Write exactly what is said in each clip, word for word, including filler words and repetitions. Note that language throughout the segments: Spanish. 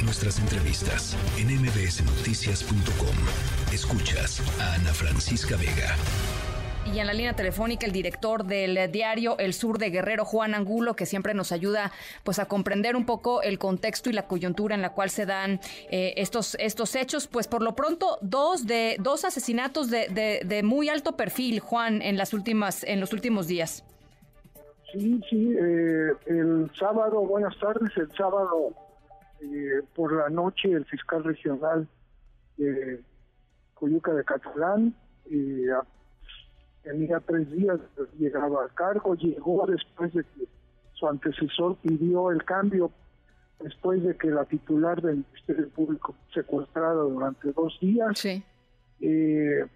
nuestras entrevistas en eme be ese noticias punto com. Escuchas a Ana Francisca Vega. Y en la línea telefónica el director del diario El Sur de Guerrero, Juan Angulo, que siempre nos ayuda pues a comprender un poco el contexto y la coyuntura en la cual se dan eh, estos estos hechos. Pues por lo pronto dos de dos asesinatos de, de, de muy alto perfil, Juan, en las últimas en los últimos días. Sí, sí. Eh, el sábado, buenas tardes. El sábado eh, por la noche el fiscal regional de Coyuca de Catalán eh, tenía tres días, llegaba a cargo, llegó después de que su antecesor pidió el cambio, después de que la titular del Ministerio Público secuestrada durante dos días. Sí. Eh,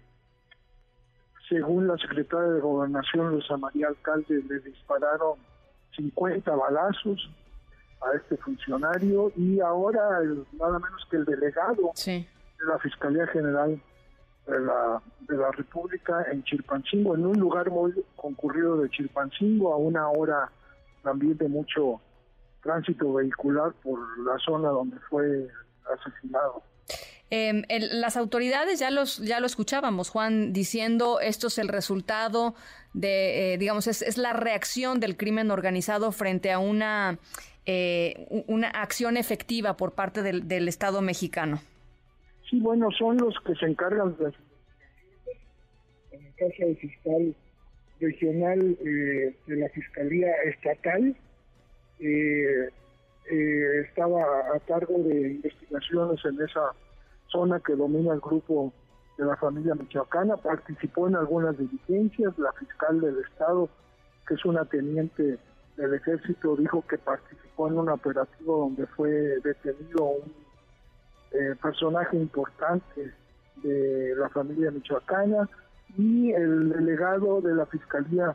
según la secretaria de Gobernación, Rosa María Alcalde, le dispararon cincuenta balazos a este funcionario y ahora el, nada menos que el delegado sí. de la Fiscalía General de la, de la República en Chilpancingo, en un lugar muy concurrido de Chilpancingo, a una hora también de mucho tránsito vehicular por la zona donde fue asesinado. Eh, el, las autoridades, ya los ya lo escuchábamos, Juan, diciendo esto es el resultado de, eh, digamos, es, es la reacción del crimen organizado frente a una, eh, una acción efectiva por parte del, del Estado mexicano. Sí, bueno, son los que se encargan de, en el caso del fiscal regional eh, de la Fiscalía Estatal, eh, eh, estaba a cargo de investigaciones en esa zona que domina el grupo de la familia michoacana, participó en algunas diligencias. La fiscal del estado, que es una teniente del ejército, dijo que participó en un operativo donde fue detenido un Eh, personaje importante de la familia michoacana, y el delegado de la Fiscalía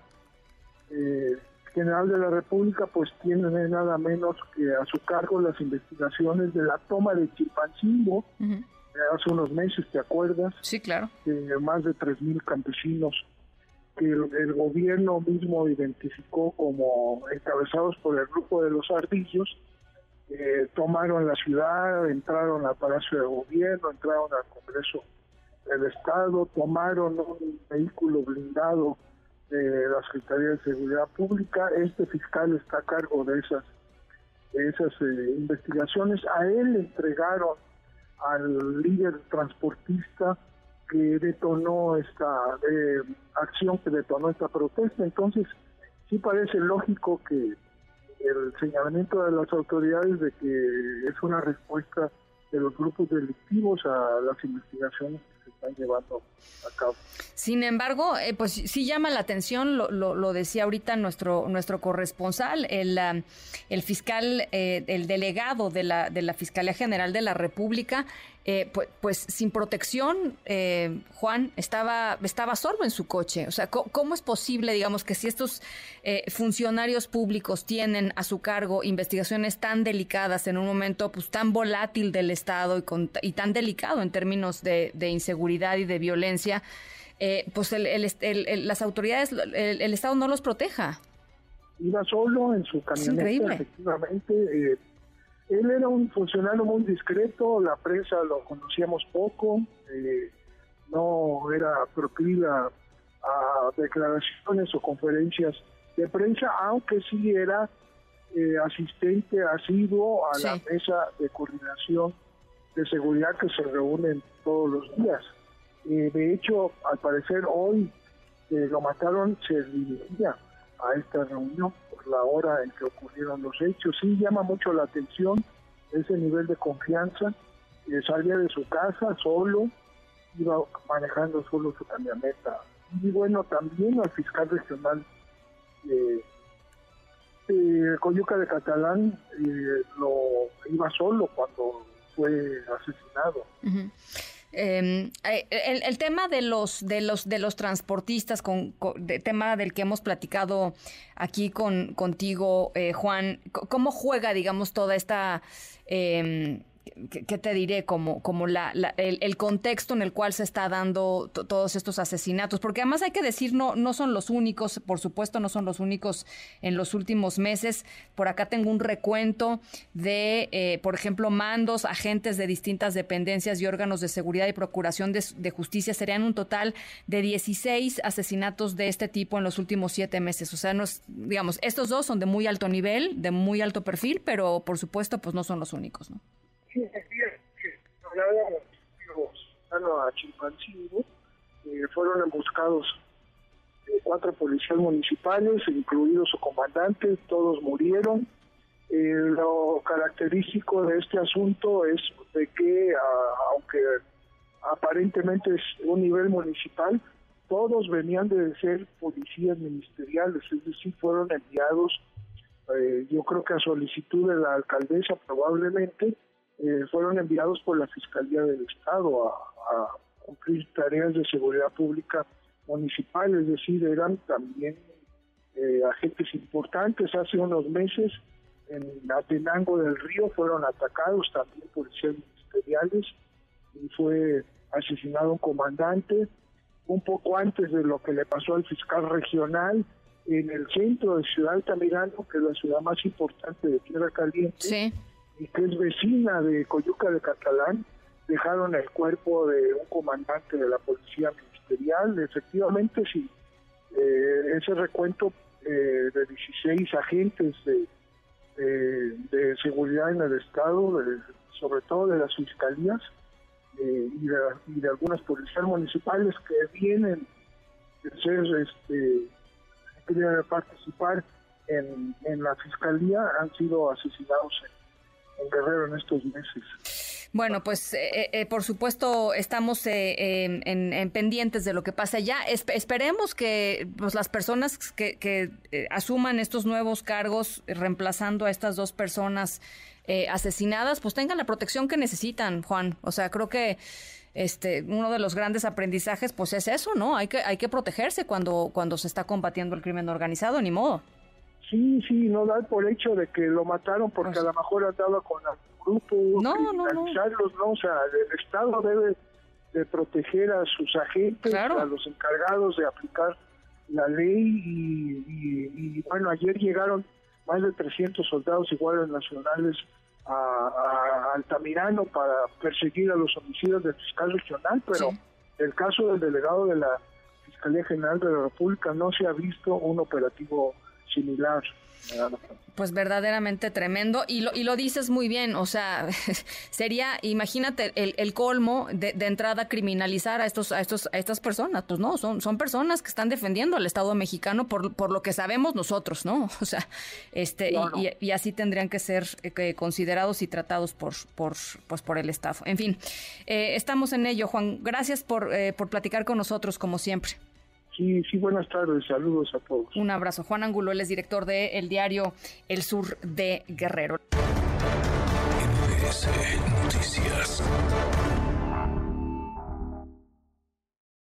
eh, General de la República pues tiene nada menos que a su cargo las investigaciones de la toma de Chilpancingo. Uh-huh. eh, hace unos meses, ¿te acuerdas? Sí, claro. Eh, más de tres mil campesinos que el, el gobierno mismo identificó como encabezados por el grupo de los Ardillos. Eh, tomaron la ciudad, entraron al Palacio de Gobierno, entraron al Congreso del Estado, tomaron un vehículo blindado de la Secretaría de Seguridad Pública. Este fiscal está a cargo de esas de esas eh, investigaciones. A él le entregaron al líder transportista que detonó esta eh, acción, que detonó esta protesta. Entonces, sí parece lógico que el señalamiento de las autoridades de que es una respuesta de los grupos delictivos a las investigaciones que se están llevando a cabo. Sin embargo, eh, pues sí llama la atención, lo, lo, lo decía ahorita nuestro nuestro corresponsal, el, uh, el fiscal, eh, el delegado de la de la Fiscalía General de la República, eh, pues, pues sin protección, eh, Juan, estaba estaba solo en su coche. O sea, ¿cómo, cómo es posible, digamos, que si estos eh, funcionarios públicos tienen a su cargo investigaciones tan delicadas en un momento pues tan volátil del Estado y, con, y tan delicado en términos de, de inseguridad y de violencia, Eh, pues el, el, el, el, las autoridades, el, el Estado no los proteja? Iba solo en su camioneta, efectivamente. Eh, él era un funcionario muy discreto, la prensa lo conocíamos poco, eh, no era procliva a declaraciones o conferencias de prensa, aunque sí era eh, asistente asiduo a sí. la mesa de coordinación de seguridad que se reúnen todos los días. Eh, de hecho, al parecer hoy eh, lo mataron, se dirigía a esta reunión por la hora en que ocurrieron los hechos. Sí llama mucho la atención ese nivel de confianza. Eh, salía de su casa solo, iba manejando solo su camioneta. Y bueno, también al fiscal regional de eh, Coyuca de Catalán eh, lo iba solo cuando fue asesinado. Uh-huh. Eh, el, el tema de los de los de los transportistas, con, con de, tema del que hemos platicado aquí con contigo, eh, Juan, ¿cómo juega, digamos, toda esta eh, ¿qué te diré? Como, como la, la, el, el contexto en el cual se está dando t- todos estos asesinatos, porque además hay que decir, no, no son los únicos, por supuesto no son los únicos en los últimos meses. Por acá tengo un recuento de, eh, por ejemplo, mandos, agentes de distintas dependencias y órganos de seguridad y procuración de, de justicia. Serían un total de dieciséis asesinatos de este tipo en los últimos siete meses. O sea, nos, digamos, estos dos son de muy alto nivel, de muy alto perfil, pero por supuesto, pues no son los únicos, ¿no? Sí, que hablábamos a Chilpancingo, eh, fueron emboscados eh, cuatro policías municipales, incluido su comandante, todos murieron. Eh, lo característico de este asunto es de que, a, aunque aparentemente es un nivel municipal, todos venían de ser policías ministeriales, es decir, fueron enviados, eh, yo creo que a solicitud de la alcaldesa probablemente, Eh, fueron enviados por la Fiscalía del Estado a, a cumplir tareas de seguridad pública municipal, es decir, eran también eh, agentes importantes. Hace unos meses en Atenango del Río fueron atacados también policías ministeriales y fue asesinado un comandante. Un poco antes de lo que le pasó al fiscal regional, en el centro de Ciudad Altamirano, que es la ciudad más importante de Tierra Caliente, sí, y que es vecina de Coyuca de Catalán, dejaron el cuerpo de un comandante de la policía ministerial. Efectivamente, sí, eh, ese recuento eh, de dieciséis agentes de, de, de seguridad en el estado, de, sobre todo de las fiscalías eh, y, de, y de algunas policías municipales que vienen de ser, este, quieren participar en, en la fiscalía, han sido asesinados en en Guerrero en estos meses. Bueno, pues eh, eh, por supuesto estamos eh, eh, en, en pendientes de lo que pasa allá. Es, esperemos que pues, las personas que, que eh, asuman estos nuevos cargos eh, reemplazando a estas dos personas eh, asesinadas, pues tengan la protección que necesitan, Juan. O sea, creo que este uno de los grandes aprendizajes pues es eso, ¿no? Hay que hay que protegerse cuando cuando se está combatiendo el crimen organizado, ni modo. Sí, sí, no dar por hecho de que lo mataron porque pues, a lo mejor andaba con algún grupo, no, no, no. no, o sea, el Estado debe de proteger a sus agentes, claro, a los encargados de aplicar la ley y, y, y bueno, ayer llegaron más de trescientos soldados y guardias nacionales a, a Altamirano para perseguir a los homicidios del fiscal regional, pero sí, el caso del delegado de la Fiscalía General de la República no se ha visto un operativo similar. Pues verdaderamente tremendo, y lo, y lo dices muy bien, o sea, sería, imagínate, el, el colmo de, de entrada criminalizar a estos, a estos, a estas personas, pues no, son, son personas que están defendiendo al Estado mexicano por, por lo que sabemos nosotros, ¿no? O sea, este, claro, y, y así tendrían que ser eh, considerados y tratados por, por, pues por el Estado. En fin, eh, estamos en ello, Juan. Gracias por, eh, por platicar con nosotros, como siempre. Sí, sí, buenas tardes, saludos a todos. Un abrazo. Juan Angulo, él es director de el diario El Sur de Guerrero.